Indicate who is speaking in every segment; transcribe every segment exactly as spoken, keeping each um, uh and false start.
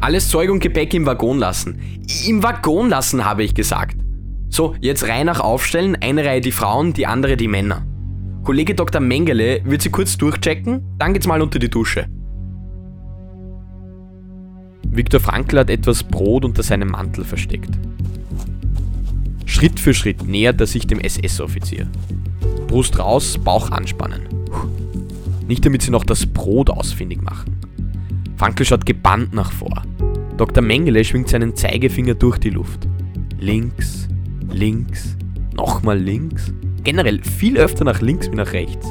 Speaker 1: Alles Zeug und Gepäck im Waggon lassen. Im Waggon lassen, habe ich gesagt. So, jetzt Reihe nach aufstellen, eine Reihe die Frauen, die andere die Männer. Kollege Doktor Mengele wird sie kurz durchchecken, dann geht's mal unter die Dusche. Viktor Frankl hat etwas Brot unter seinem Mantel versteckt. Schritt für Schritt nähert er sich dem S S-Offizier. Brust raus, Bauch anspannen. Nicht damit sie noch das Brot ausfindig machen. Frankl schaut gebannt nach vor. Doktor Mengele schwingt seinen Zeigefinger durch die Luft. Links, links, nochmal links. Generell viel öfter nach links wie nach rechts.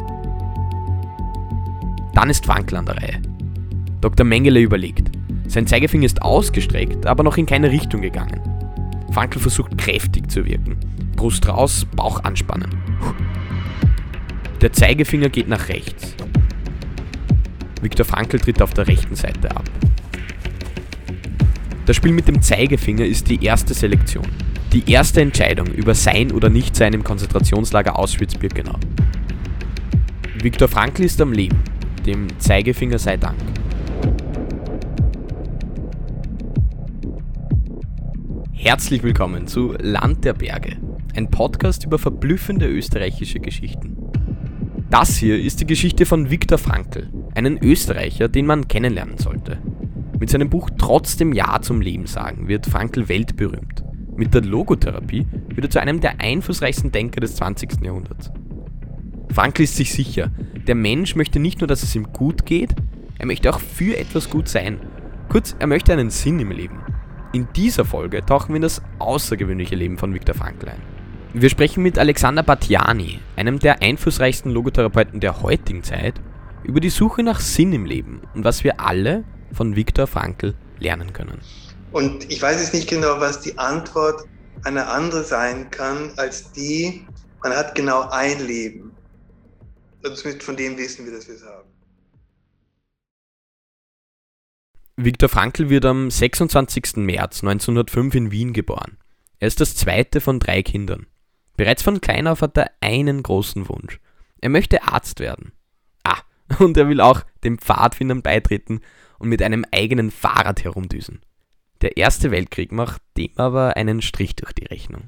Speaker 1: Dann ist Frankl an der Reihe. Doktor Mengele überlegt. Sein Zeigefinger ist ausgestreckt, aber noch in keine Richtung gegangen. Frankl versucht kräftig zu wirken. Brust raus, Bauch anspannen. Der Zeigefinger geht nach rechts. Viktor Frankl tritt auf der rechten Seite ab. Das Spiel mit dem Zeigefinger ist die erste Selektion. Die erste Entscheidung über sein oder Nichtsein im Konzentrationslager Auschwitz-Birkenau. Viktor Frankl ist am Leben, dem Zeigefinger sei Dank. Herzlich willkommen zu Land der Berge, ein Podcast über verblüffende österreichische Geschichten. Das hier ist die Geschichte von Viktor Frankl, einen Österreicher, den man kennenlernen sollte. Mit seinem Buch Trotzdem Ja zum Leben sagen wird Frankl weltberühmt. Mit der Logotherapie wird er zu einem der einflussreichsten Denker des zwanzigsten Jahrhunderts. Frankl ist sich sicher, der Mensch möchte nicht nur, dass es ihm gut geht, er möchte auch für etwas gut sein. Kurz, er möchte einen Sinn im Leben. In dieser Folge tauchen wir in das außergewöhnliche Leben von Viktor Frankl ein. Wir sprechen mit Alexander Batjani, einem der einflussreichsten Logotherapeuten der heutigen Zeit, über die Suche nach Sinn im Leben und was wir alle von Viktor Frankl lernen können.
Speaker 2: Und ich weiß jetzt nicht genau, was die Antwort eine andere sein kann, als die, man hat genau ein Leben. Und zumindest von dem wissen wir, dass wir es haben.
Speaker 1: Viktor Frankl wird am sechsundzwanzigsten März neunzehnhundertfünf in Wien geboren. Er ist das zweite von drei Kindern. Bereits von klein auf hat er einen großen Wunsch. Er möchte Arzt werden. Ah, und er will auch den Pfadfindern beitreten und mit einem eigenen Fahrrad herumdüsen. Der Erste Weltkrieg macht dem aber einen Strich durch die Rechnung.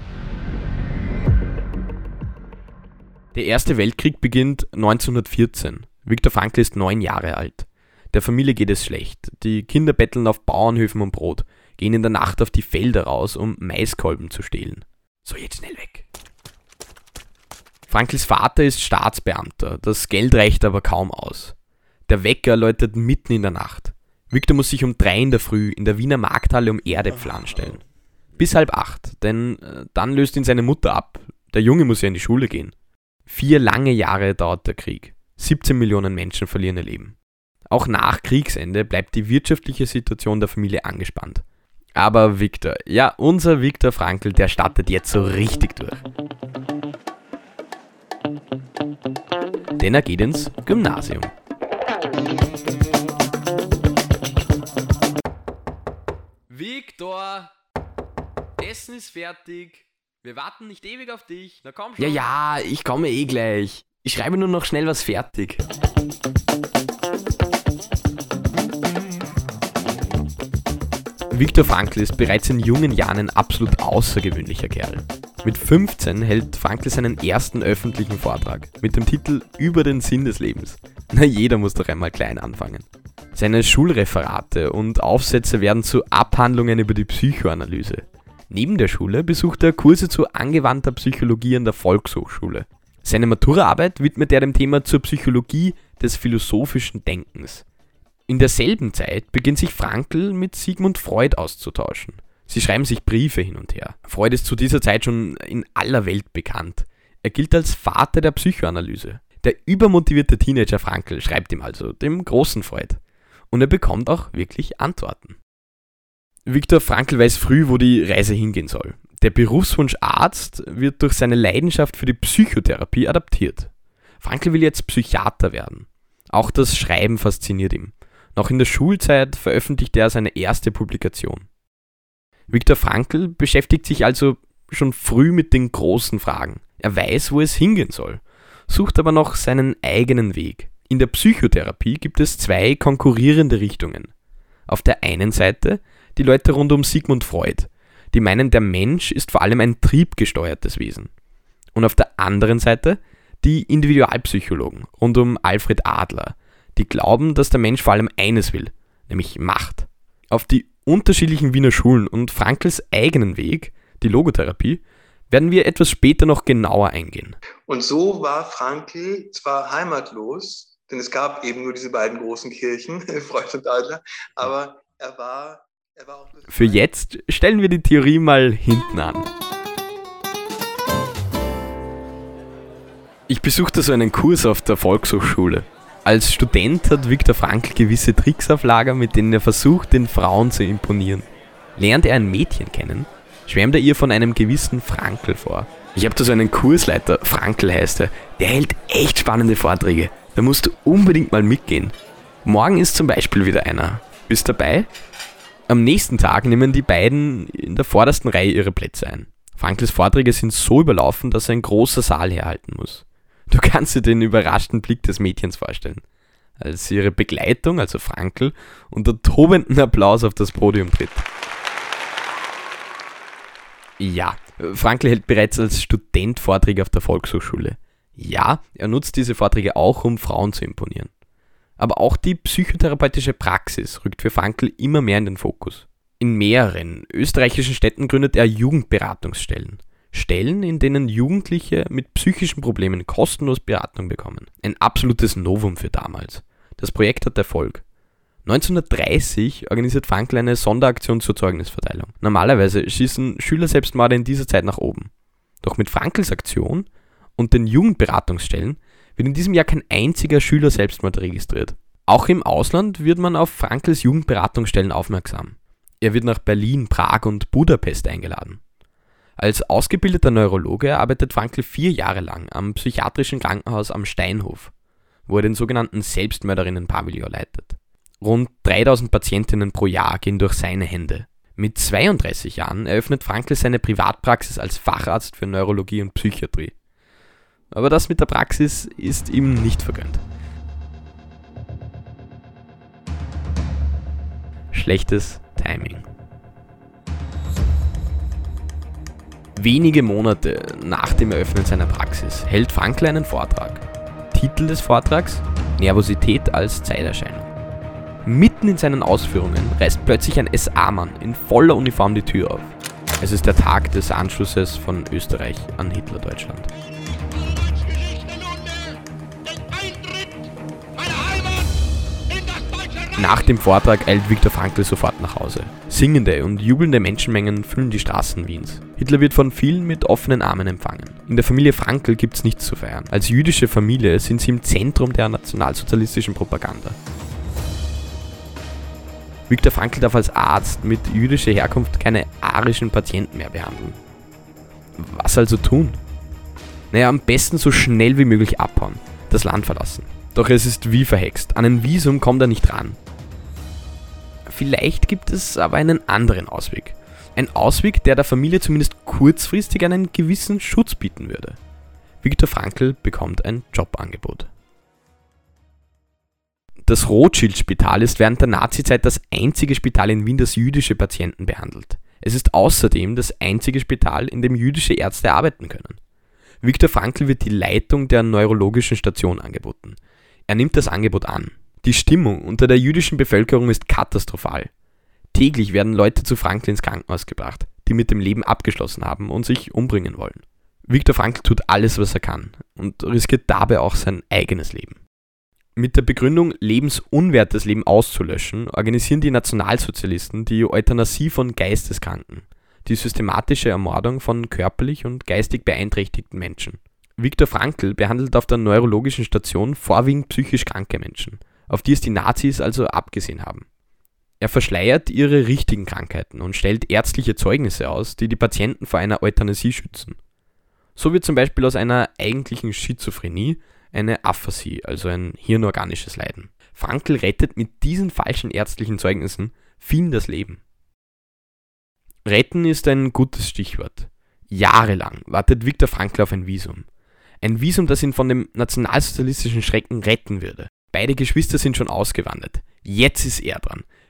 Speaker 1: Der Erste Weltkrieg beginnt neunzehnhundertvierzehn. Viktor Frankl ist neun Jahre alt. Der Familie geht es schlecht. Die Kinder betteln auf Bauernhöfen um Brot, gehen in der Nacht auf die Felder raus, um Maiskolben zu stehlen. So, jetzt schnell weg. Frankls Vater ist Staatsbeamter, das Geld reicht aber kaum aus. Der Wecker läutet mitten in der Nacht. Viktor muss sich um drei in der Früh in der Wiener Markthalle um Erdäpfel stellen. Bis halb acht, denn äh, dann löst ihn seine Mutter ab. Der Junge muss ja in die Schule gehen. Vier lange Jahre dauert der Krieg. siebzehn Millionen Menschen verlieren ihr Leben. Auch nach Kriegsende bleibt die wirtschaftliche Situation der Familie angespannt. Aber Viktor, ja, unser Viktor Frankl, der startet jetzt so richtig durch. Denn er geht ins Gymnasium. Viktor, Essen ist fertig. Wir warten nicht ewig auf dich. Na komm schon. Ja, ja, ich komme eh gleich. Ich schreibe nur noch schnell was fertig. Viktor Frankl ist bereits in jungen Jahren ein absolut außergewöhnlicher Kerl. Mit fünfzehn hält Frankl seinen ersten öffentlichen Vortrag mit dem Titel Über den Sinn des Lebens. Na, jeder muss doch einmal klein anfangen. Seine Schulreferate und Aufsätze werden zu Abhandlungen über die Psychoanalyse. Neben der Schule besucht er Kurse zu angewandter Psychologie an der Volkshochschule. Seine Maturaarbeit widmet er dem Thema zur Psychologie des philosophischen Denkens. In derselben Zeit beginnt sich Frankl mit Sigmund Freud auszutauschen. Sie schreiben sich Briefe hin und her. Freud ist zu dieser Zeit schon in aller Welt bekannt. Er gilt als Vater der Psychoanalyse. Der übermotivierte Teenager Frankl schreibt ihm also, dem großen Freud. Und er bekommt auch wirklich Antworten. Viktor Frankl weiß früh, wo die Reise hingehen soll. Der Berufswunsch Arzt wird durch seine Leidenschaft für die Psychotherapie adaptiert. Frankl will jetzt Psychiater werden. Auch das Schreiben fasziniert ihn. Noch in der Schulzeit veröffentlicht er seine erste Publikation. Viktor Frankl beschäftigt sich also schon früh mit den großen Fragen. Er weiß, wo es hingehen soll, sucht aber noch seinen eigenen Weg. In der Psychotherapie gibt es zwei konkurrierende Richtungen. Auf der einen Seite die Leute rund um Sigmund Freud, die meinen, der Mensch ist vor allem ein triebgesteuertes Wesen. Und auf der anderen Seite die Individualpsychologen rund um Alfred Adler, die glauben, dass der Mensch vor allem eines will, nämlich Macht. Auf die unterschiedlichen Wiener Schulen und Frankls eigenen Weg, die Logotherapie, werden wir etwas später noch genauer eingehen.
Speaker 2: Und so war Frankl zwar heimatlos, denn es gab eben nur diese beiden großen Kirchen, Freud und Adler, aber er war, er war auch...
Speaker 1: Für jetzt stellen wir die Theorie mal hinten an. Ich besuchte so einen Kurs auf der Volkshochschule. Als Student hat Viktor Frankl gewisse Tricks auf Lager, mit denen er versucht, den Frauen zu imponieren. Lernt er ein Mädchen kennen, schwärmt er ihr von einem gewissen Frankl vor. Ich habe da so einen Kursleiter, Frankl heißt er, der hält echt spannende Vorträge. Da musst du unbedingt mal mitgehen. Morgen ist zum Beispiel wieder einer. Bist dabei? Am nächsten Tag nehmen die beiden in der vordersten Reihe ihre Plätze ein. Frankls Vorträge sind so überlaufen, dass ein großer Saal herhalten muss. Du kannst dir den überraschten Blick des Mädchens vorstellen, als ihre Begleitung, also Frankl, unter tobenden Applaus auf das Podium tritt. Ja, Frankl hält bereits als Student Vorträge auf der Volkshochschule. Ja, er nutzt diese Vorträge auch, um Frauen zu imponieren. Aber auch die psychotherapeutische Praxis rückt für Frankl immer mehr in den Fokus. In mehreren österreichischen Städten gründet er Jugendberatungsstellen. Stellen, in denen Jugendliche mit psychischen Problemen kostenlos Beratung bekommen. Ein absolutes Novum für damals. Das Projekt hat Erfolg. neunzehnhundertdreißig organisiert Frankl eine Sonderaktion zur Zeugnisverteilung. Normalerweise schießen Schülerselbstmorde in dieser Zeit nach oben. Doch mit Frankls Aktion und den Jugendberatungsstellen wird in diesem Jahr kein einziger Schülerselbstmord registriert. Auch im Ausland wird man auf Frankls Jugendberatungsstellen aufmerksam. Er wird nach Berlin, Prag und Budapest eingeladen. Als ausgebildeter Neurologe arbeitet Frankl vier Jahre lang am psychiatrischen Krankenhaus am Steinhof, wo er den sogenannten Selbstmörderinnen-Pavillon leitet. Rund dreitausend Patientinnen pro Jahr gehen durch seine Hände. Mit zweiunddreißig Jahren eröffnet Frankl seine Privatpraxis als Facharzt für Neurologie und Psychiatrie. Aber das mit der Praxis ist ihm nicht vergönnt. Schlechtes Timing. Wenige Monate nach dem Eröffnen seiner Praxis hält Frankl einen Vortrag. Titel des Vortrags: Nervosität als Zeiterscheinung. Mitten in seinen Ausführungen reißt plötzlich ein S A-Mann in voller Uniform die Tür auf. Es ist der Tag des Anschlusses von Österreich an Hitlerdeutschland. Nach dem Vortrag eilt Viktor Frankl sofort nach Hause. Singende und jubelnde Menschenmengen füllen die Straßen Wiens. Hitler wird von vielen mit offenen Armen empfangen. In der Familie Frankl gibt's nichts zu feiern. Als jüdische Familie sind sie im Zentrum der nationalsozialistischen Propaganda. Viktor Frankl darf als Arzt mit jüdischer Herkunft keine arischen Patienten mehr behandeln. Was also tun? Naja, am besten so schnell wie möglich abhauen, das Land verlassen. Doch es ist wie verhext. An ein Visum kommt er nicht ran. Vielleicht gibt es aber einen anderen Ausweg. Ein Ausweg, der der Familie zumindest kurzfristig einen gewissen Schutz bieten würde. Viktor Frankl bekommt ein Jobangebot. Das Rothschild-Spital ist während der Nazizeit das einzige Spital in Wien, das jüdische Patienten behandelt. Es ist außerdem das einzige Spital, in dem jüdische Ärzte arbeiten können. Viktor Frankl wird die Leitung der neurologischen Station angeboten. Er nimmt das Angebot an. Die Stimmung unter der jüdischen Bevölkerung ist katastrophal. Täglich werden Leute zu Frankl ins Krankenhaus gebracht, die mit dem Leben abgeschlossen haben und sich umbringen wollen. Viktor Frankl tut alles, was er kann und riskiert dabei auch sein eigenes Leben. Mit der Begründung, lebensunwertes Leben auszulöschen, organisieren die Nationalsozialisten die Euthanasie von Geisteskranken, die systematische Ermordung von körperlich und geistig beeinträchtigten Menschen. Viktor Frankl behandelt auf der neurologischen Station vorwiegend psychisch kranke Menschen, auf die es die Nazis also abgesehen haben. Er verschleiert ihre richtigen Krankheiten und stellt ärztliche Zeugnisse aus, die die Patienten vor einer Euthanasie schützen. So wird zum Beispiel aus einer eigentlichen Schizophrenie eine Aphasie, also ein hirnorganisches Leiden. Frankl rettet mit diesen falschen ärztlichen Zeugnissen vielen das Leben. Retten ist ein gutes Stichwort. Jahrelang wartet Viktor Frankl auf ein Visum. Ein Visum, das ihn von dem nationalsozialistischen Schrecken retten würde. Beide Geschwister sind schon ausgewandert. Jetzt ist er dran.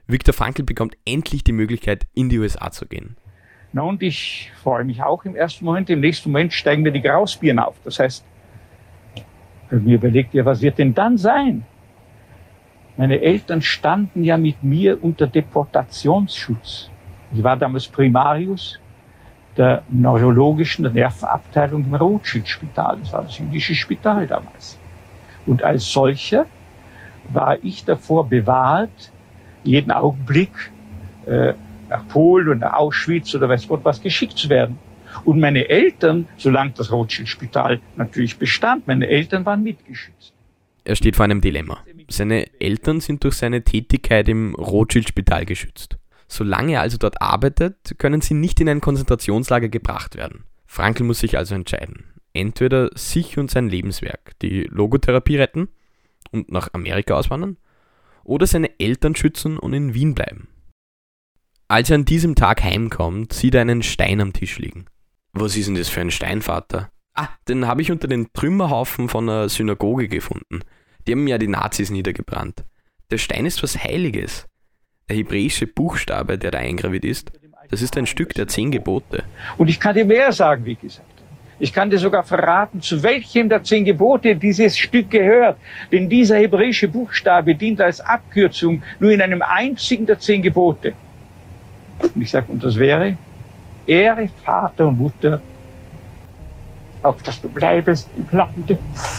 Speaker 1: Viktor Frankl bekommt endlich die Möglichkeit, in die U S A zu gehen.
Speaker 3: Na und ich freue mich auch im ersten Moment. Im nächsten Moment steigen mir die Grausbirnen auf. Das heißt, ich habe mir überlegt, ja, was wird denn dann sein? Meine Eltern standen ja mit mir unter Deportationsschutz. Ich war damals Primarius der neurologischen, der Nervenabteilung im Rothschild-Spital. Das war das jüdische Spital damals. Und als solcher war ich davor bewahrt, jeden Augenblick äh, nach Polen oder nach Auschwitz oder weiß Gott was geschickt zu werden. Und meine Eltern, solange das Rothschild-Spital natürlich bestand, meine Eltern waren mitgeschützt.
Speaker 1: Er steht vor einem Dilemma. Seine Eltern sind durch seine Tätigkeit im Rothschild-Spital geschützt. Solange er also dort arbeitet, können sie nicht in ein Konzentrationslager gebracht werden. Frankl muss sich also entscheiden. Entweder sich und sein Lebenswerk, die Logotherapie retten und nach Amerika auswandern, oder seine Eltern schützen und in Wien bleiben. Als er an diesem Tag heimkommt, sieht er einen Stein am Tisch liegen. Was ist denn das für ein Stein, Vater? Ah, den habe ich unter den Trümmerhaufen von einer Synagoge gefunden. Die haben ja die Nazis niedergebrannt. Der Stein ist was Heiliges. Der hebräische Buchstabe, der da eingraviert ist, das ist ein Stück der zehn Gebote.
Speaker 3: Und ich kann dir mehr sagen, wie gesagt. Ich kann dir sogar verraten, zu welchem der zehn Gebote dieses Stück gehört. Denn dieser hebräische Buchstabe dient als Abkürzung nur in einem einzigen der zehn Gebote. Und ich sage, und das wäre, Ehre Vater und Mutter, auf dass du bleibest im Lande.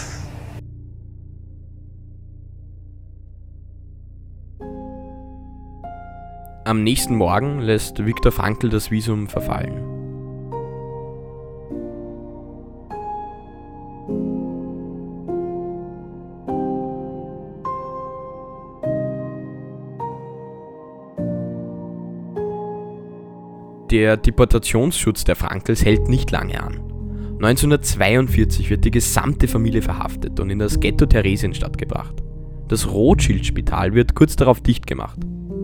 Speaker 1: Am nächsten Morgen lässt Viktor Frankl das Visum verfallen. Der Deportationsschutz der Frankls hält nicht lange an. neunzehnhundertzweiundvierzig wird die gesamte Familie verhaftet und in das Ghetto Theresienstadt gebracht. Das Rothschild-Spital wird kurz darauf dicht gemacht.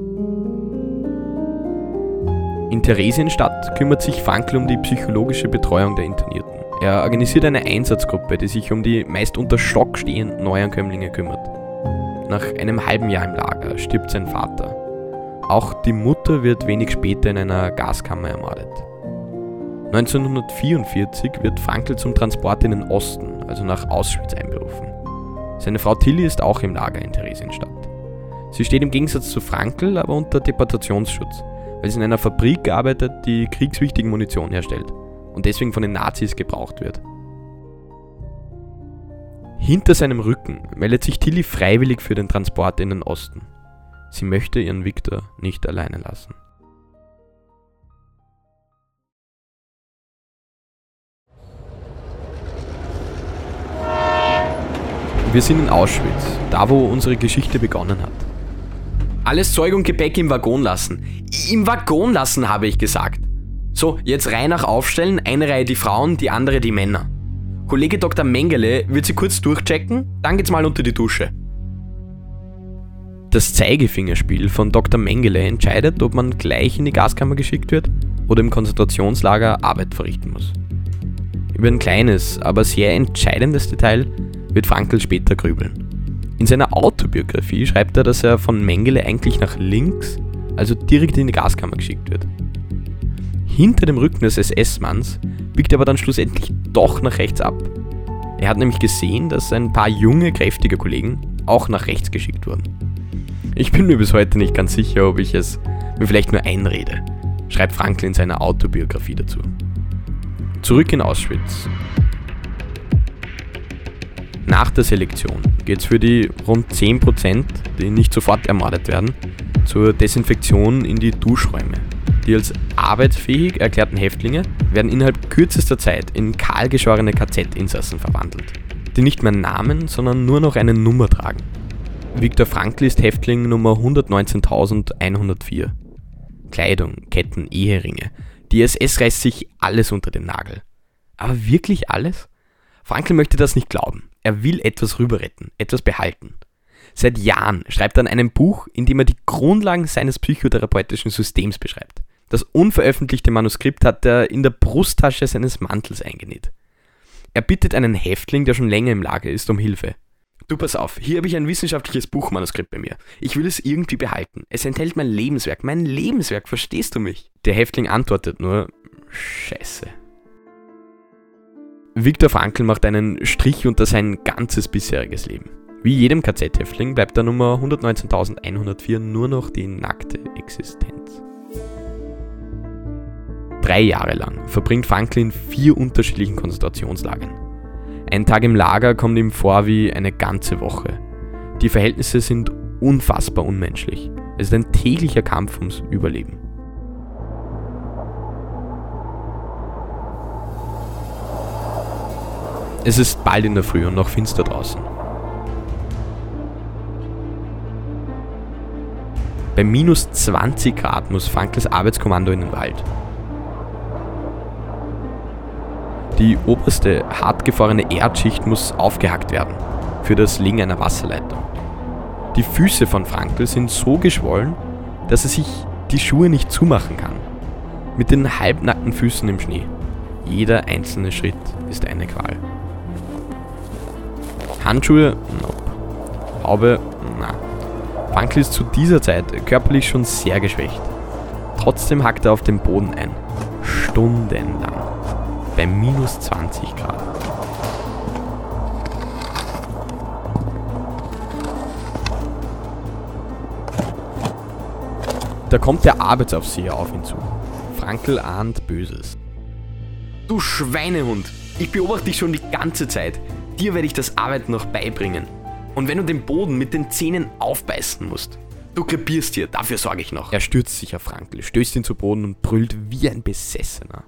Speaker 1: In Theresienstadt kümmert sich Frankl um die psychologische Betreuung der Internierten. Er organisiert eine Einsatzgruppe, die sich um die meist unter Schock stehenden Neuankömmlinge kümmert. Nach einem halben Jahr im Lager stirbt sein Vater. Auch die Mutter wird wenig später in einer Gaskammer ermordet. neunzehnhundertvierundvierzig wird Frankl zum Transport in den Osten, also nach Auschwitz, einberufen. Seine Frau Tilly ist auch im Lager in Theresienstadt. Sie steht im Gegensatz zu Frankl aber unter Deportationsschutz, weil sie in einer Fabrik arbeitet, die kriegswichtige Munition herstellt und deswegen von den Nazis gebraucht wird. Hinter seinem Rücken meldet sich Tilly freiwillig für den Transport in den Osten. Sie möchte ihren Viktor nicht alleine lassen. Wir sind in Auschwitz, da wo unsere Geschichte begonnen hat. Alles Zeug und Gepäck im Waggon lassen. Im Waggon lassen, habe ich gesagt. So, jetzt Reihe nach aufstellen, eine Reihe die Frauen, die andere die Männer. Kollege Doktor Mengele wird sie kurz durchchecken, dann geht's mal unter die Dusche. Das Zeigefingerspiel von Doktor Mengele entscheidet, ob man gleich in die Gaskammer geschickt wird oder im Konzentrationslager Arbeit verrichten muss. Über ein kleines, aber sehr entscheidendes Detail wird Frankl später grübeln. In seiner Autobiografie schreibt er, dass er von Mengele eigentlich nach links, also direkt in die Gaskammer geschickt wird. Hinter dem Rücken des S S-Manns biegt er aber dann schlussendlich doch nach rechts ab. Er hat nämlich gesehen, dass ein paar junge, kräftige Kollegen auch nach rechts geschickt wurden. Ich bin mir bis heute nicht ganz sicher, ob ich es mir vielleicht nur einrede, schreibt Frankl in seiner Autobiografie dazu. Zurück in Auschwitz. Nach der Selektion geht es für die rund zehn Prozent, die nicht sofort ermordet werden, zur Desinfektion in die Duschräume. Die als arbeitsfähig erklärten Häftlinge werden innerhalb kürzester Zeit in kahlgeschorene K Z-Insassen verwandelt, die nicht mehr Namen, sondern nur noch eine Nummer tragen. Viktor Frankl ist Häftling Nummer hundertneunzehntausendeinhundertvier. Kleidung, Ketten, Eheringe. Die S S reißt sich alles unter den Nagel. Aber wirklich alles? Frankl möchte das nicht glauben. Er will etwas rüberretten, etwas behalten. Seit Jahren schreibt er an einem Buch, in dem er die Grundlagen seines psychotherapeutischen Systems beschreibt. Das unveröffentlichte Manuskript hat er in der Brusttasche seines Mantels eingenäht. Er bittet einen Häftling, der schon länger im Lager ist, um Hilfe. Du, pass auf, hier habe ich ein wissenschaftliches Buchmanuskript bei mir. Ich will es irgendwie behalten. Es enthält mein Lebenswerk. Mein Lebenswerk, verstehst du mich? Der Häftling antwortet nur, Scheiße. Viktor Frankl macht einen Strich unter sein ganzes bisheriges Leben. Wie jedem K Z-Häftling bleibt der Nummer hundertneunzehntausendeinhundertvier nur noch die nackte Existenz. Drei Jahre lang verbringt Frankl in vier unterschiedlichen Konzentrationslagern. Ein Tag im Lager kommt ihm vor wie eine ganze Woche. Die Verhältnisse sind unfassbar unmenschlich. Es ist ein täglicher Kampf ums Überleben. Es ist bald in der Früh und noch finster draußen. Bei minus zwanzig Grad muss Frankls Arbeitskommando in den Wald. Die oberste, hartgefrorene Erdschicht muss aufgehackt werden, für das Legen einer Wasserleitung. Die Füße von Frankl sind so geschwollen, dass er sich die Schuhe nicht zumachen kann. Mit den halbnackten Füßen im Schnee. Jeder einzelne Schritt ist eine Qual. Handschuhe? Nope. Haube? Na. Frankl ist zu dieser Zeit körperlich schon sehr geschwächt. Trotzdem hackt er auf dem Boden ein. Stundenlang. Bei minus zwanzig Grad. Da kommt der Arbeitsaufseher auf ihn zu. Frankl ahnt Böses. Du Schweinehund! Ich beobachte dich schon die ganze Zeit. Dir werde ich das Arbeiten noch beibringen. Und wenn du den Boden mit den Zähnen aufbeißen musst, du krepierst hier, dafür sorge ich noch. Er stürzt sich auf Frankl, stößt ihn zu Boden und brüllt wie ein Besessener.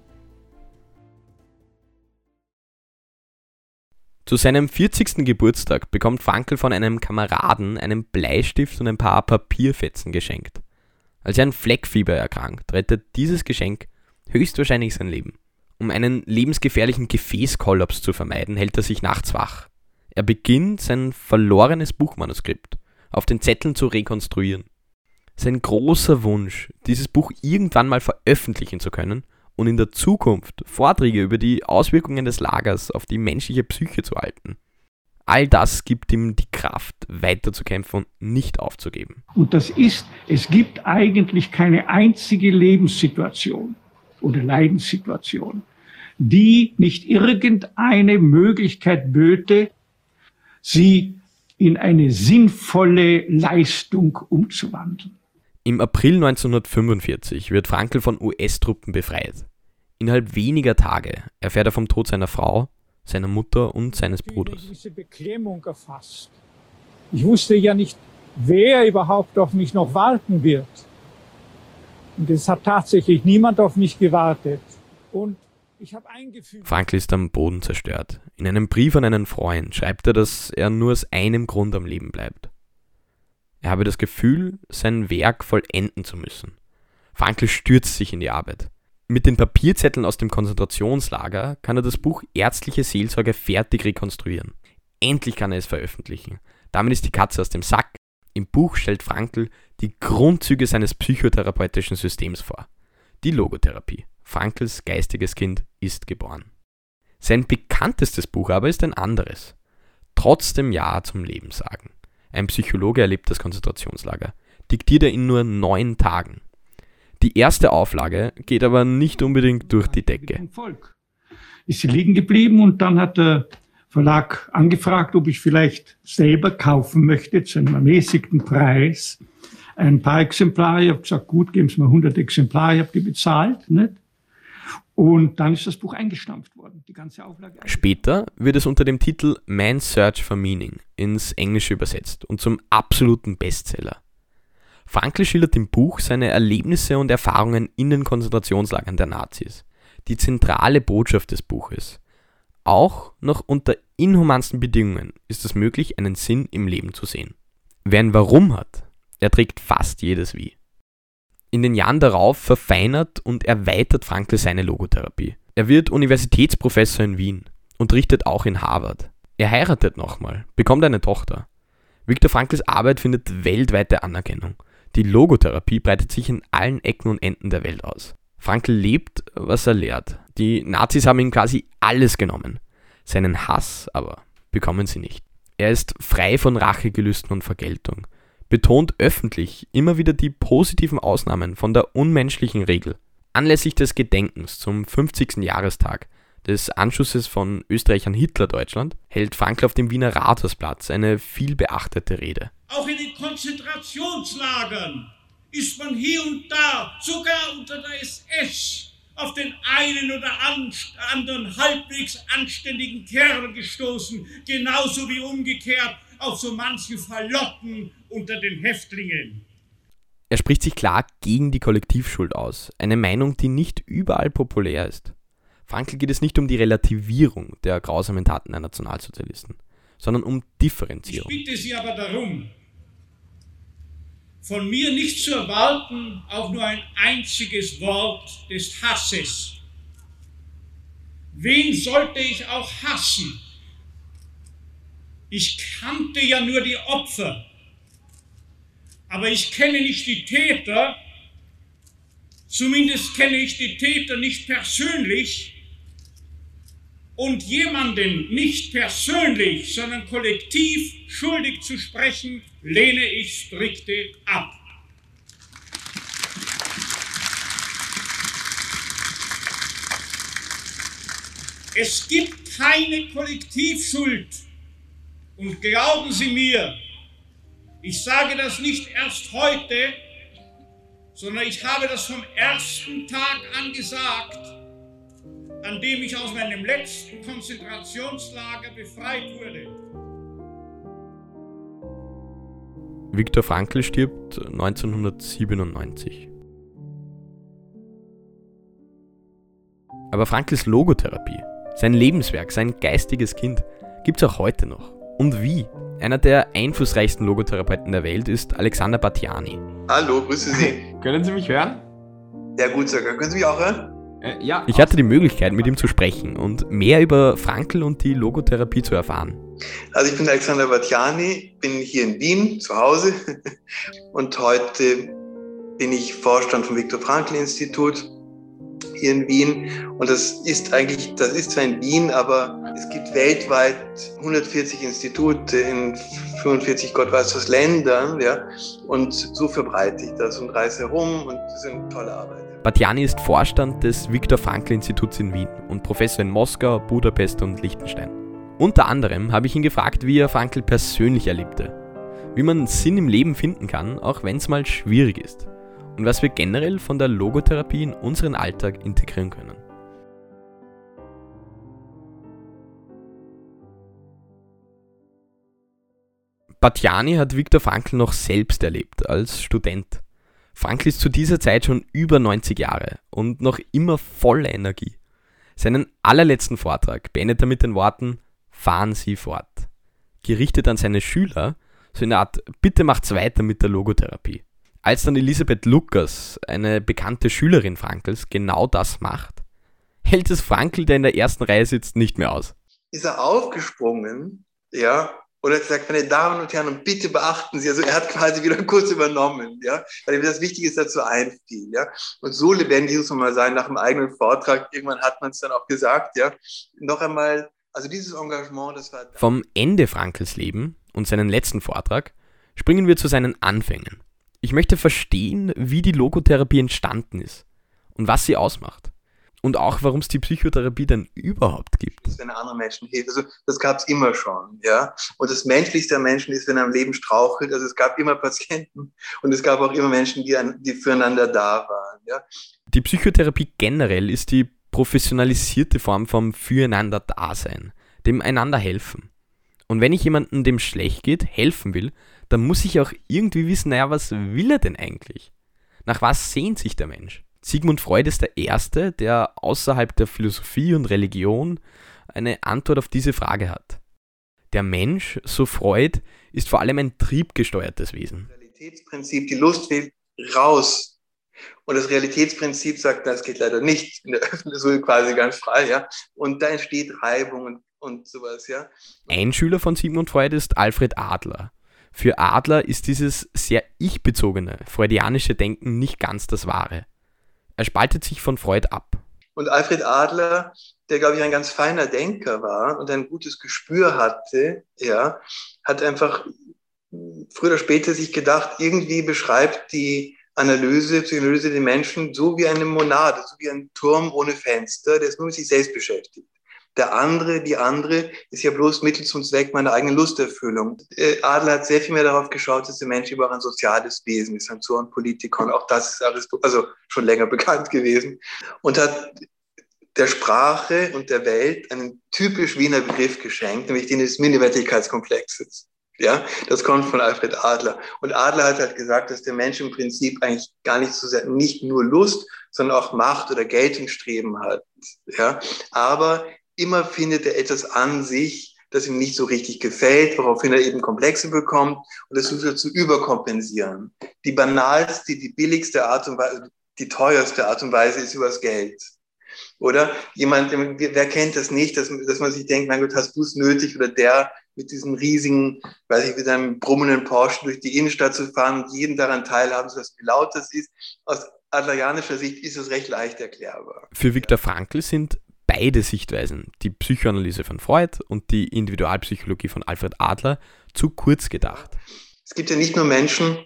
Speaker 1: Zu seinem vierzigsten Geburtstag bekommt Frankl von einem Kameraden einen Bleistift und ein paar Papierfetzen geschenkt. Als er an Fleckfieber erkrankt, rettet dieses Geschenk höchstwahrscheinlich sein Leben. Um einen lebensgefährlichen Gefäßkollaps zu vermeiden, hält er sich nachts wach. Er beginnt, sein verlorenes Buchmanuskript auf den Zetteln zu rekonstruieren. Sein großer Wunsch, dieses Buch irgendwann mal veröffentlichen zu können und in der Zukunft Vorträge über die Auswirkungen des Lagers auf die menschliche Psyche zu halten. All das gibt ihm die Kraft, weiterzukämpfen und nicht aufzugeben.
Speaker 3: Und das ist, es gibt eigentlich keine einzige Lebenssituation oder Leidenssituation, die nicht irgendeine Möglichkeit böte, sie in eine sinnvolle Leistung umzuwandeln.
Speaker 1: Im April neunzehnhundertfünfundvierzig wird Frankl von U S-Truppen befreit. Innerhalb weniger Tage erfährt er vom Tod seiner Frau, seiner Mutter und seines Bruders.
Speaker 3: Diese Beklemmung erfasst. Ich wusste ja nicht, wer überhaupt auf mich noch warten wird. Und es hat tatsächlich niemand auf mich gewartet. Und ich habe eingefügt.
Speaker 1: Frankl ist am Boden zerstört. In einem Brief an einen Freund schreibt er, dass er nur aus einem Grund am Leben bleibt. Er habe das Gefühl, sein Werk vollenden zu müssen. Frankl stürzt sich in die Arbeit. Mit den Papierzetteln aus dem Konzentrationslager kann er das Buch Ärztliche Seelsorge fertig rekonstruieren. Endlich kann er es veröffentlichen. Damit ist die Katze aus dem Sack. Im Buch stellt Frankl die Grundzüge seines psychotherapeutischen Systems vor. Die Logotherapie. Frankls geistiges Kind ist geboren. Sein bekanntestes Buch aber ist ein anderes. Trotzdem Ja zum Leben sagen. Ein Psychologe erlebt das Konzentrationslager. Diktiert er in nur neun Tagen. Die erste Auflage geht aber nicht unbedingt durch die Decke.
Speaker 3: Ist sie liegen geblieben und dann hat der Verlag angefragt, ob ich vielleicht selber kaufen möchte zu einem ermäßigten Preis. Ein paar Exemplare. Ich habe gesagt, gut, geben Sie mir hundert Exemplare. Ich habe die bezahlt. Nicht? Und dann ist das Buch eingestampft worden, die ganze Auflage.
Speaker 1: Später wird es unter dem Titel Man's Search for Meaning ins Englische übersetzt und zum absoluten Bestseller. Frankl schildert im Buch seine Erlebnisse und Erfahrungen in den Konzentrationslagern der Nazis. Die zentrale Botschaft des Buches. Auch noch unter inhumansten Bedingungen ist es möglich, einen Sinn im Leben zu sehen. Wer ein Warum hat, erträgt fast jedes Wie. In den Jahren darauf verfeinert und erweitert Frankl seine Logotherapie. Er wird Universitätsprofessor in Wien, unterrichtet auch in Harvard. Er heiratet nochmal, bekommt eine Tochter. Viktor Frankls Arbeit findet weltweite Anerkennung. Die Logotherapie breitet sich in allen Ecken und Enden der Welt aus. Frankl lebt, was er lehrt. Die Nazis haben ihm quasi alles genommen. Seinen Hass aber bekommen sie nicht. Er ist frei von Rachegelüsten und Vergeltung, betont öffentlich immer wieder die positiven Ausnahmen von der unmenschlichen Regel. Anlässlich des Gedenkens zum fünfzigsten Jahrestag des Anschusses von Österreich an Hitler-Deutschland hält Frankl auf dem Wiener Rathausplatz eine vielbeachtete Rede.
Speaker 4: Auch in den Konzentrationslagern ist man hier und da, sogar unter der S S, auf den einen oder anderen halbwegs anständigen Kerl gestoßen, genauso wie umgekehrt auf so manche Falotten unter den Häftlingen.
Speaker 1: Er spricht sich klar gegen die Kollektivschuld aus, eine Meinung, die nicht überall populär ist. Frankl geht es nicht um die Relativierung der grausamen Taten der Nationalsozialisten, sondern um Differenzierung.
Speaker 4: Ich bitte Sie aber darum, von mir nicht zu erwarten, auch nur ein einziges Wort des Hasses. Wen sollte ich auch hassen? Ich kannte ja nur die Opfer, aber ich kenne nicht die Täter, zumindest kenne ich die Täter nicht persönlich. Und jemanden nicht persönlich, sondern kollektiv schuldig zu sprechen, lehne ich strikte ab. Es gibt keine Kollektivschuld. Und glauben Sie mir, ich sage das nicht erst heute, sondern ich habe das vom ersten Tag an gesagt, an dem ich aus meinem letzten Konzentrationslager befreit wurde.
Speaker 1: Viktor Frankl stirbt neunzehnhundertsiebenundneunzig. Aber Frankls Logotherapie, sein Lebenswerk, sein geistiges Kind, gibt es auch heute noch. Und wie? Einer der einflussreichsten Logotherapeuten der Welt ist Alexander Batthyány.
Speaker 2: Hallo, grüße Sie.
Speaker 5: Können Sie mich hören?
Speaker 2: Ja gut, sogar. Können Sie mich auch hören?
Speaker 5: Äh, ja.
Speaker 1: Ich hatte die Möglichkeit, mit ihm zu sprechen und mehr über Frankl und die Logotherapie zu erfahren.
Speaker 2: Also ich bin Alexander Batthyány, bin hier in Wien zu Hause und heute bin ich Vorstand vom Viktor-Frankl-Institut hier in Wien. Und das ist eigentlich, das ist zwar in Wien, aber es gibt weltweit hundertvierzig Institute in fünfundvierzig Gott weiß was Ländern, ja, und so verbreite ich das und reise herum und das ist eine tolle Arbeit.
Speaker 1: Batthyány ist Vorstand des Viktor-Frankl-Instituts in Wien und Professor in Moskau, Budapest und Liechtenstein. Unter anderem habe ich ihn gefragt, wie er Frankl persönlich erlebte, wie man Sinn im Leben finden kann, auch wenn es mal schwierig ist, und was wir generell von der Logotherapie in unseren Alltag integrieren können. Batthyány hat Viktor Frankl noch selbst erlebt, als Student. Frankl ist zu dieser Zeit schon über neunzig Jahre und noch immer voller Energie. Seinen allerletzten Vortrag beendet er mit den Worten: Fahren Sie fort. Gerichtet an seine Schüler, so in der Art: Bitte macht's weiter mit der Logotherapie. Als dann Elisabeth Luckers, eine bekannte Schülerin Frankls, genau das macht, hält es Frankl, der in der ersten Reihe sitzt, nicht mehr aus.
Speaker 2: Ist er aufgesprungen, ja, und hat gesagt, meine Damen und Herren, und bitte beachten Sie, also er hat quasi wieder kurz übernommen, ja, weil ihm das Wichtige ist, dazu einfiel, ja. Und so lebendig muss man mal sein, nach dem eigenen Vortrag, irgendwann hat man es dann auch gesagt, ja. Noch einmal, also dieses Engagement, das war...
Speaker 1: Vom Ende Frankls Leben und seinen letzten Vortrag springen wir zu seinen Anfängen. Ich möchte verstehen, wie die Logotherapie entstanden ist und was sie ausmacht. Und auch, warum es die Psychotherapie denn überhaupt gibt.
Speaker 2: Wenn er anderen Menschen hilft. Also das gab es immer schon. Ja? Und das Menschlichste am Menschen ist, wenn er am Leben strauchelt. Also es gab immer Patienten und es gab auch immer Menschen, die, an, die füreinander da waren. Ja?
Speaker 1: Die Psychotherapie generell ist die professionalisierte Form vom Füreinander-Dasein, dem einander helfen. Und wenn ich jemandem, dem schlecht geht, helfen will, dann muss ich auch irgendwie wissen, naja, was will er denn eigentlich? Nach was sehnt sich der Mensch? Sigmund Freud ist der Erste, der außerhalb der Philosophie und Religion eine Antwort auf diese Frage hat. Der Mensch, so Freud, ist vor allem ein triebgesteuertes Wesen.
Speaker 2: Das Realitätsprinzip, die Lust will raus. Und das Realitätsprinzip sagt, das geht leider nicht in der Öffentlichkeit, so quasi ganz frei, ja. Und da entsteht Reibung und, und sowas, ja.
Speaker 1: Ein Schüler von Sigmund Freud ist Alfred Adler. Für Adler ist dieses sehr ich-bezogene, freudianische Denken nicht ganz das Wahre. Er spaltet sich von Freud ab.
Speaker 2: Und Alfred Adler, der, glaube ich, ein ganz feiner Denker war und ein gutes Gespür hatte, ja, hat einfach früher oder später sich gedacht, irgendwie beschreibt die Analyse, Psychoanalyse den Menschen so wie eine Monade, so wie ein Turm ohne Fenster, der ist nur mit sich selbst beschäftigt. Der andere, die andere, ist ja bloß Mittel zum Zweck meiner eigenen Lusterfüllung. Adler hat sehr viel mehr darauf geschaut, dass der Mensch überhaupt ein soziales Wesen ist, ein Zoonpolitiker, und auch das ist Aristoteles, also schon länger bekannt gewesen, und hat der Sprache und der Welt einen typisch Wiener Begriff geschenkt, nämlich den des Minderwertigkeitskomplexes. Ja, das kommt von Alfred Adler. Und Adler hat halt gesagt, dass der Mensch im Prinzip eigentlich gar nicht so sehr, nicht nur Lust, sondern auch Macht oder Geltungsstreben hat. Ja, aber immer findet er etwas an sich, das ihm nicht so richtig gefällt, woraufhin er eben Komplexe bekommt, und das versucht er zu überkompensieren. Die banalste, die billigste Art und Weise, die teuerste Art und Weise ist übers Geld. Oder jemand, wer kennt das nicht, dass, dass man sich denkt, mein Gott, hast du es nötig, oder der mit diesem riesigen, weiß ich, mit einem brummenden Porsche durch die Innenstadt zu fahren und jeden daran teilhaben, sodass wie laut das ist. Aus adlerianischer Sicht ist es recht leicht erklärbar.
Speaker 1: Für Viktor Frankl sind beide Sichtweisen, die Psychoanalyse von Freud und die Individualpsychologie von Alfred Adler, zu kurz gedacht.
Speaker 2: Es gibt ja nicht nur Menschen,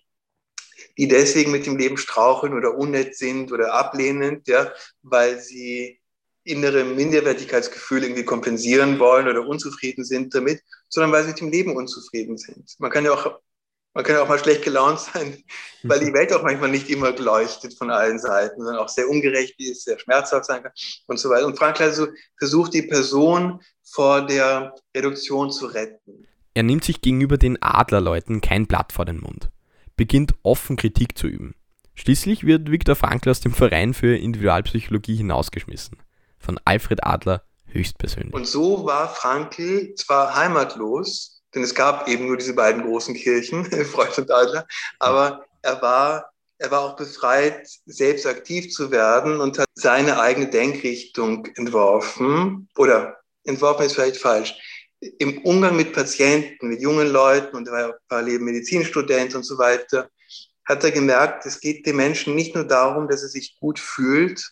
Speaker 2: die deswegen mit dem Leben straucheln oder unnett sind oder ablehnend, ja, weil sie innere Minderwertigkeitsgefühle irgendwie kompensieren wollen oder unzufrieden sind damit, sondern weil sie mit dem Leben unzufrieden sind. Man kann ja auch, man kann ja auch mal schlecht gelaunt sein, weil die Welt auch manchmal nicht immer leuchtet von allen Seiten, sondern auch sehr ungerecht ist, sehr schmerzhaft sein kann und so weiter. Und Frankl also versucht, die Person vor der Reduktion zu retten.
Speaker 1: Er nimmt sich gegenüber den Adlerleuten kein Blatt vor den Mund, beginnt offen Kritik zu üben. Schließlich wird Viktor Frankl aus dem Verein für Individualpsychologie hinausgeschmissen. Von Alfred Adler höchstpersönlich.
Speaker 2: Und so war Frankl zwar heimatlos, denn es gab eben nur diese beiden großen Kirchen, Freud und Adler, aber er war, er war auch befreit, selbst aktiv zu werden und hat seine eigene Denkrichtung entworfen, oder entworfen ist vielleicht falsch, im Umgang mit Patienten, mit jungen Leuten, und er war ja parallel Medizinstudent und so weiter, hat er gemerkt, es geht dem Menschen nicht nur darum, dass er sich gut fühlt,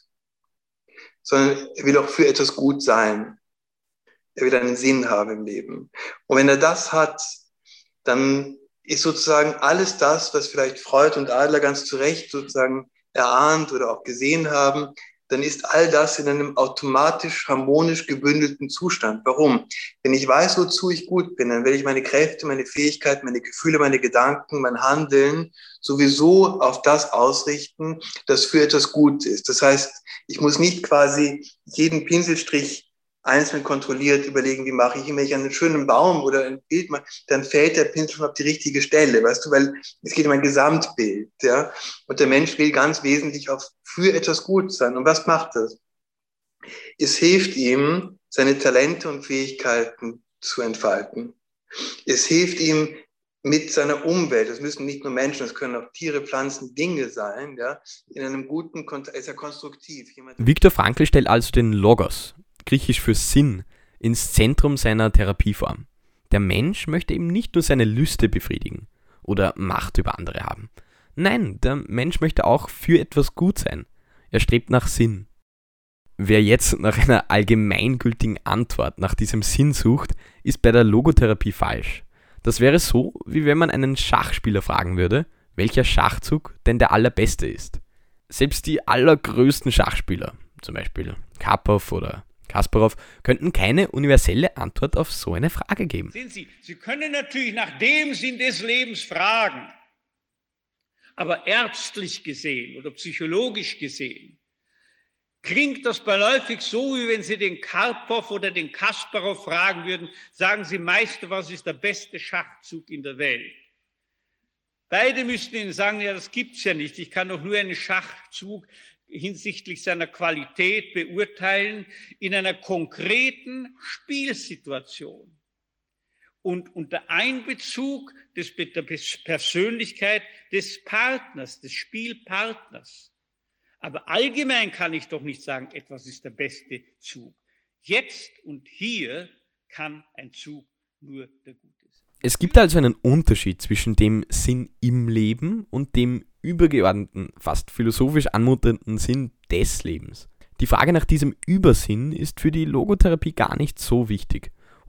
Speaker 2: sondern er will auch für etwas gut sein. Er will einen Sinn haben im Leben. Und wenn er das hat, dann ist sozusagen alles das, was vielleicht Freud und Adler ganz zu Recht sozusagen erahnt oder auch gesehen haben, dann ist all das in einem automatisch harmonisch gebündelten Zustand. Warum? Wenn ich weiß, wozu ich gut bin, dann werde ich meine Kräfte, meine Fähigkeiten, meine Gefühle, meine Gedanken, mein Handeln sowieso auf das ausrichten, das für etwas gut ist. Das heißt, ich muss nicht quasi jeden Pinselstrich einzeln kontrolliert überlegen, wie mache ich ihn, wenn ich einen schönen Baum oder ein Bild mache, dann fällt der Pinsel schon auf die richtige Stelle, weißt du, weil es geht um ein Gesamtbild, ja. Und der Mensch will ganz wesentlich auch für etwas gut sein. Und was macht das? Es hilft ihm, seine Talente und Fähigkeiten zu entfalten. Es hilft ihm mit seiner Umwelt, das müssen nicht nur Menschen, das können auch Tiere, Pflanzen, Dinge sein, ja, in einem guten Kontext, ist er konstruktiv. Jemand
Speaker 1: Viktor Frankl stellt also den Logos, griechisch für Sinn, ins Zentrum seiner Therapieform. Der Mensch möchte eben nicht nur seine Lüste befriedigen oder Macht über andere haben. Nein, der Mensch möchte auch für etwas gut sein. Er strebt nach Sinn. Wer jetzt nach einer allgemeingültigen Antwort nach diesem Sinn sucht, ist bei der Logotherapie falsch. Das wäre so, wie wenn man einen Schachspieler fragen würde, welcher Schachzug denn der allerbeste ist. Selbst die allergrößten Schachspieler, zum Beispiel Karpov oder Kasparov, könnten keine universelle Antwort auf so eine Frage geben.
Speaker 4: Sehen Sie, Sie können natürlich nach dem Sinn des Lebens fragen, aber ärztlich gesehen oder psychologisch gesehen klingt das beiläufig so, wie wenn Sie den Karpov oder den Kasparov fragen würden, sagen Sie, Meister, was ist der beste Schachzug in der Welt? Beide müssten Ihnen sagen, ja, das gibt's ja nicht. Ich kann doch nur einen Schachzug hinsichtlich seiner Qualität beurteilen in einer konkreten Spielsituation und unter Einbezug des, der Persönlichkeit des Partners, des Spielpartners. Aber allgemein kann ich doch nicht sagen, etwas ist der beste Zug. Jetzt und hier kann ein Zug nur der gute sein.
Speaker 1: Es gibt also einen Unterschied zwischen dem Sinn im Leben und dem übergeordneten, fast philosophisch anmutenden Sinn des Lebens. Die Frage nach diesem Übersinn ist für die Logotherapie gar nicht so wichtig,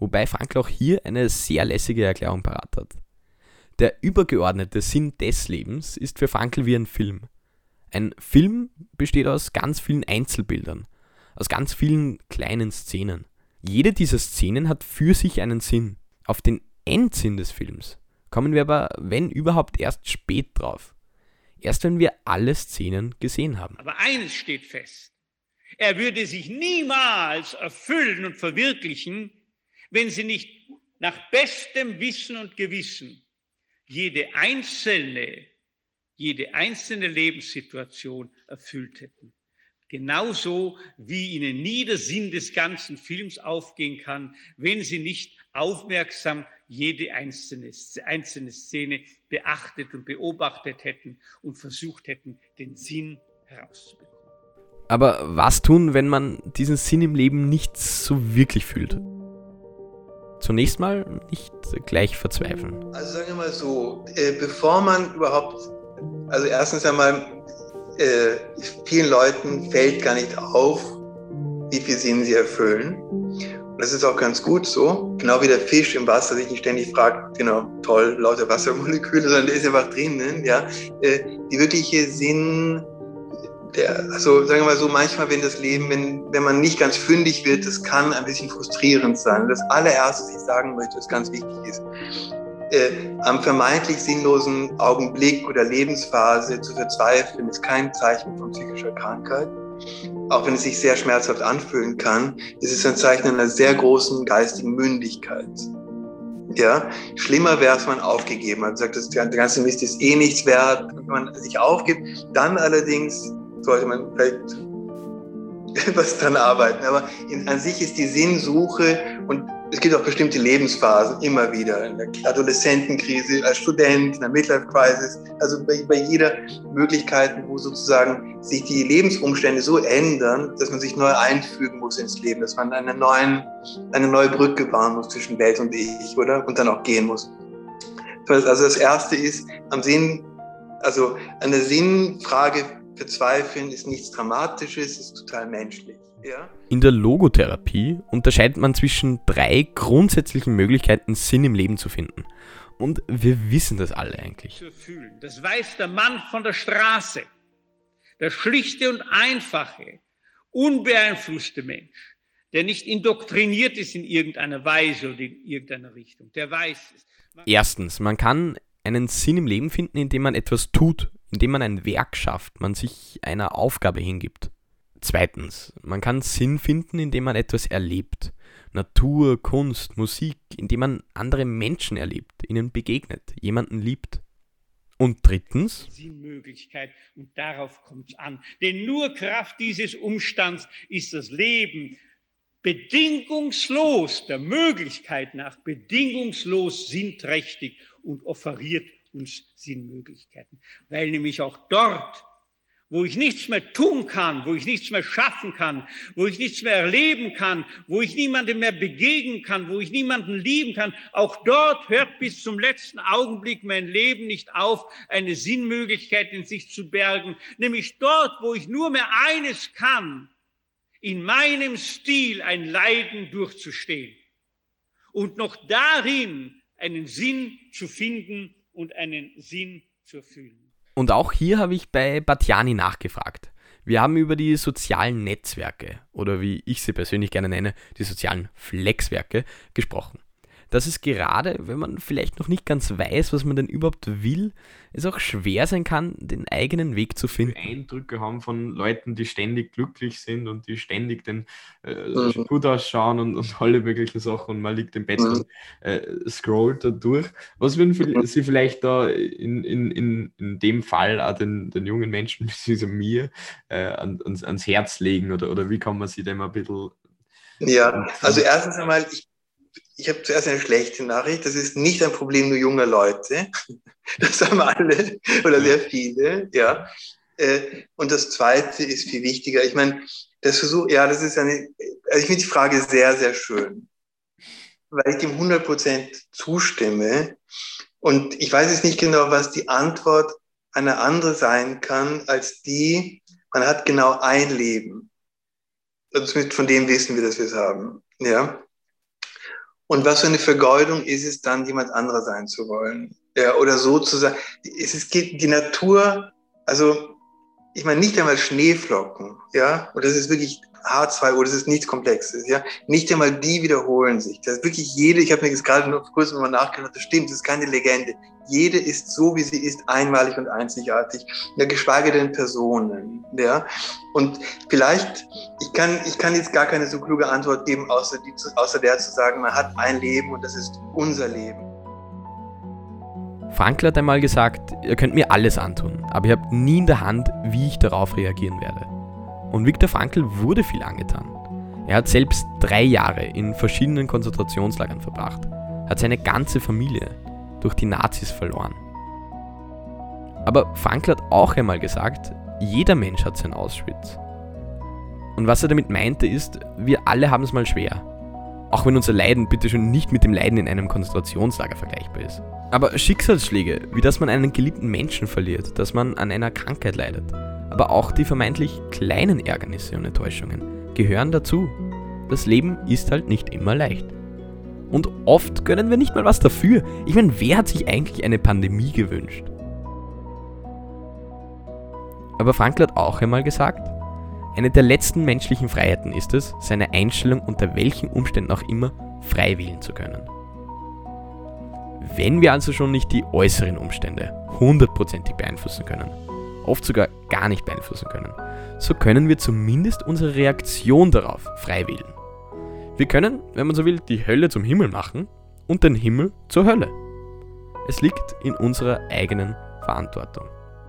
Speaker 1: wobei Frankl auch hier eine sehr lässige Erklärung parat hat. Der übergeordnete Sinn des Lebens ist für Frankl wie ein Film. Ein Film besteht aus ganz vielen Einzelbildern, aus ganz vielen kleinen Szenen. Jede dieser Szenen hat für sich einen Sinn. Auf den Endsinn des Films kommen wir aber, wenn überhaupt, erst spät drauf. Erst wenn wir alle Szenen gesehen haben.
Speaker 4: Aber eines steht fest: Er würde sich niemals erfüllen und verwirklichen, wenn sie nicht nach bestem Wissen und Gewissen jede einzelne, jede einzelne Lebenssituation erfüllt hätten. Genauso wie ihnen nie der Sinn des ganzen Films aufgehen kann, wenn sie nicht aufmerksam jede einzelne, einzelne Szene beachtet und beobachtet hätten und versucht hätten, den Sinn herauszubekommen.
Speaker 1: Aber was tun, wenn man diesen Sinn im Leben nicht so wirklich fühlt? Zunächst mal nicht gleich verzweifeln.
Speaker 2: Also sagen wir mal so, äh, bevor man überhaupt, also erstens einmal, äh, vielen Leuten fällt gar nicht auf, wie viel Sinn sie erfüllen. Und das ist auch ganz gut so. Genau wie der Fisch im Wasser sich nicht ständig fragt, genau, toll, lauter Wassermoleküle, sondern der ist einfach drinnen, ja. Äh, die wirkliche Sinn, der, also sagen wir mal so, manchmal, wenn das Leben, wenn, wenn man nicht ganz fündig wird, das kann ein bisschen frustrierend sein. Das allererste, was ich sagen möchte, was ganz wichtig ist, äh, am vermeintlich sinnlosen Augenblick oder Lebensphase zu verzweifeln, ist kein Zeichen von psychischer Krankheit. Auch wenn es sich sehr schmerzhaft anfühlen kann, ist es ein Zeichen einer sehr großen geistigen Mündigkeit. Ja, schlimmer wäre es, wenn man aufgegeben hat, sagt, das, der ganze Mist ist eh nichts wert, wenn man sich aufgibt, dann allerdings sollte man vielleicht was dran arbeiten. Aber in, an sich ist die Sinnsuche, und es gibt auch bestimmte Lebensphasen immer wieder, in der Adoleszentenkrise, als Student, in der Midlife-Crisis, also bei, bei jeder Möglichkeit, wo sozusagen sich die Lebensumstände so ändern, dass man sich neu einfügen muss ins Leben, dass man eine, neuen, eine neue Brücke bauen muss zwischen Welt und Ich, oder? Und dann auch gehen muss. Also das Erste ist, am Sinn, also an der Sinnfrage verzweifeln ist nichts Dramatisches, ist total menschlich. Ja?
Speaker 1: In der Logotherapie unterscheidet man zwischen drei grundsätzlichen Möglichkeiten, Sinn im Leben zu finden. Und wir wissen das alle eigentlich.
Speaker 4: Das weiß der Mann von der Straße, der schlichte und einfache, unbeeinflusste Mensch, der nicht indoktriniert ist in irgendeiner Weise oder in irgendeiner Richtung. Der weiß es.
Speaker 1: Erstens, man kann einen Sinn im Leben finden, indem man etwas tut, indem man ein Werk schafft, man sich einer Aufgabe hingibt. Zweitens, man kann Sinn finden, indem man etwas erlebt. Natur, Kunst, Musik, indem man andere Menschen erlebt, ihnen begegnet, jemanden liebt. Und drittens,
Speaker 4: Sinnmöglichkeit, und darauf kommt es an. Denn nur Kraft dieses Umstands ist das Leben bedingungslos, der Möglichkeit nach bedingungslos sinnträchtig und offeriert uns Sinnmöglichkeiten. Weil nämlich auch dort, wo ich nichts mehr tun kann, wo ich nichts mehr schaffen kann, wo ich nichts mehr erleben kann, wo ich niemandem mehr begegnen kann, wo ich niemanden lieben kann, auch dort hört bis zum letzten Augenblick mein Leben nicht auf, eine Sinnmöglichkeit in sich zu bergen. Nämlich dort, wo ich nur mehr eines kann, in meinem Stil ein Leiden durchzustehen und noch darin einen Sinn zu finden und einen Sinn zu erfüllen.
Speaker 1: Und auch hier habe ich bei Batjani nachgefragt. Wir haben über die sozialen Netzwerke, oder wie ich sie persönlich gerne nenne, die sozialen Flexwerke, gesprochen. Dass es gerade, wenn man vielleicht noch nicht ganz weiß, was man denn überhaupt will, es auch schwer sein kann, den eigenen Weg zu finden.
Speaker 5: Eindrücke haben von Leuten, die ständig glücklich sind und die ständig den, äh,
Speaker 2: Mhm.
Speaker 5: gut ausschauen und, und alle möglichen Sachen, und man liegt im Bett
Speaker 2: Mhm.
Speaker 5: und äh, scrollt da durch. Was würden vi- Sie vielleicht da in, in, in, in dem Fall auch den, den jungen Menschen, beziehungsweise mir, äh, an, ans, ans Herz legen, oder, oder wie kann man sie dem ein bisschen...
Speaker 2: Ja, also erstens einmal, ich, ich habe zuerst eine schlechte Nachricht. Das ist nicht ein Problem nur junger Leute. Das haben alle oder sehr viele, ja. Äh, Und das Zweite ist viel wichtiger. Ich meine, das Versuch, ja, das ist eine, also ich finde die Frage sehr, sehr schön, weil ich dem hundert Prozent zustimme. Und ich weiß jetzt nicht genau, was die Antwort eine andere sein kann, als die, man hat genau ein Leben. Also zumindest von dem wissen wir, dass wir es haben, ja. Und was für eine Vergeudung ist es dann, jemand anderer sein zu wollen? Ja, oder so zu sagen. Es ist, geht die Natur, also ich meine nicht einmal Schneeflocken, ja, und das ist wirklich H zwei O, das ist nichts Komplexes, ja, nicht einmal die wiederholen sich. Das ist wirklich jede, ich habe mir jetzt gerade nur kurz nochmal nachgedacht, das stimmt, das ist keine Legende. Jede ist so, wie sie ist, einmalig und einzigartig, ja, geschweige denn Personen, ja. Und vielleicht, ich kann, ich kann jetzt gar keine so kluge Antwort geben, außer, die, außer der zu sagen, man hat ein Leben und das ist unser Leben.
Speaker 1: Frankl hat einmal gesagt, ihr könnt mir alles antun, aber ihr habt nie in der Hand, wie ich darauf reagieren werde. Und Viktor Frankl wurde viel angetan. Er hat selbst drei Jahre in verschiedenen Konzentrationslagern verbracht, hat seine ganze Familie durch die Nazis verloren. Aber Frankl hat auch einmal gesagt, jeder Mensch hat sein Auschwitz. Und was er damit meinte ist, wir alle haben es mal schwer. Auch wenn unser Leiden bitte schon nicht mit dem Leiden in einem Konzentrationslager vergleichbar ist. Aber Schicksalsschläge, wie dass man einen geliebten Menschen verliert, dass man an einer Krankheit leidet, aber auch die vermeintlich kleinen Ärgernisse und Enttäuschungen gehören dazu. Das Leben ist halt nicht immer leicht. Und oft können wir nicht mal was dafür. Ich meine, wer hat sich eigentlich eine Pandemie gewünscht? Aber Frankl hat auch einmal gesagt, eine der letzten menschlichen Freiheiten ist es, seine Einstellung unter welchen Umständen auch immer frei wählen zu können. Wenn wir also schon nicht die äußeren Umstände hundertprozentig beeinflussen können, oft sogar gar nicht beeinflussen können, so können wir zumindest unsere Reaktion darauf frei wählen. Wir können, wenn man so will, die Hölle zum Himmel machen und den Himmel zur Hölle. Es liegt in unserer eigenen Verantwortung.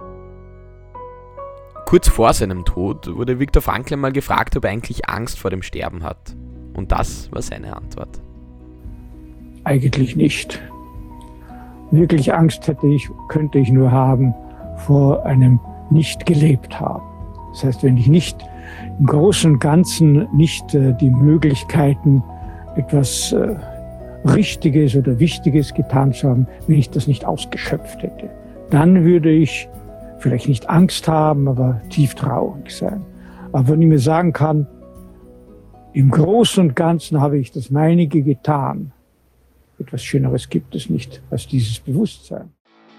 Speaker 1: Kurz vor seinem Tod wurde Viktor Frankl mal gefragt, ob er eigentlich Angst vor dem Sterben hat. Und das war seine Antwort.
Speaker 3: Eigentlich nicht. Wirklich Angst hätte ich, könnte ich nur haben vor einem nicht gelebt haben. Das heißt, wenn ich nicht im Großen und Ganzen nicht äh, die Möglichkeiten, etwas äh, Richtiges oder Wichtiges getan zu haben, wenn ich das nicht ausgeschöpft hätte, dann würde ich vielleicht nicht Angst haben, aber tief traurig sein. Aber wenn ich mir sagen kann, im Großen und Ganzen habe ich das Meinige getan, etwas Schöneres gibt es nicht als dieses Bewusstsein.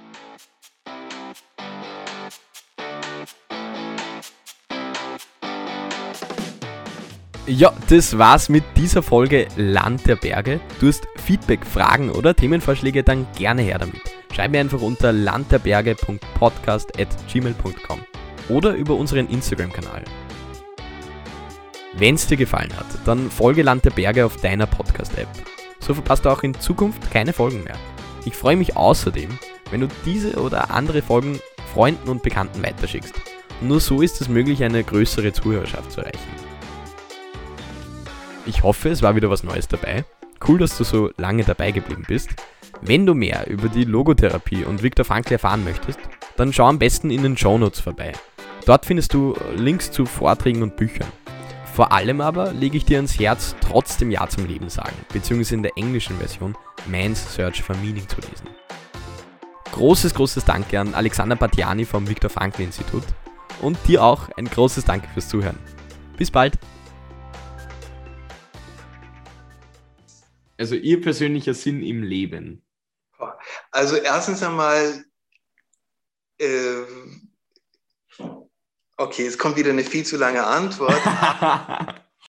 Speaker 1: Ja, das war's mit dieser Folge Land der Berge. Du hast Feedback, Fragen oder Themenvorschläge, dann gerne her damit. Schreib mir einfach unter landderberge punkt podcast at gmail punkt com oder über unseren Instagram-Kanal. Wenn es dir gefallen hat, dann folge Land der Berge auf deiner Podcast-App. So verpasst du auch in Zukunft keine Folgen mehr. Ich freue mich außerdem, wenn du diese oder andere Folgen Freunden und Bekannten weiterschickst. Und nur so ist es möglich, eine größere Zuhörerschaft zu erreichen. Ich hoffe, es war wieder was Neues dabei. Cool, dass du so lange dabei geblieben bist. Wenn du mehr über die Logotherapie und Viktor Frankl erfahren möchtest, dann schau am besten in den Shownotes vorbei. Dort findest du Links zu Vorträgen und Büchern. Vor allem aber lege ich dir ans Herz, trotzdem Ja zum Leben sagen, beziehungsweise in der englischen Version Man's Search for Meaning zu lesen. Großes, großes Danke an Alexander Batiani vom Viktor Frankl Institut und dir auch ein großes Danke fürs Zuhören. Bis bald!
Speaker 5: Also Ihr persönlicher Sinn im Leben?
Speaker 2: Also erstens einmal, äh, okay, es kommt wieder eine viel zu lange Antwort.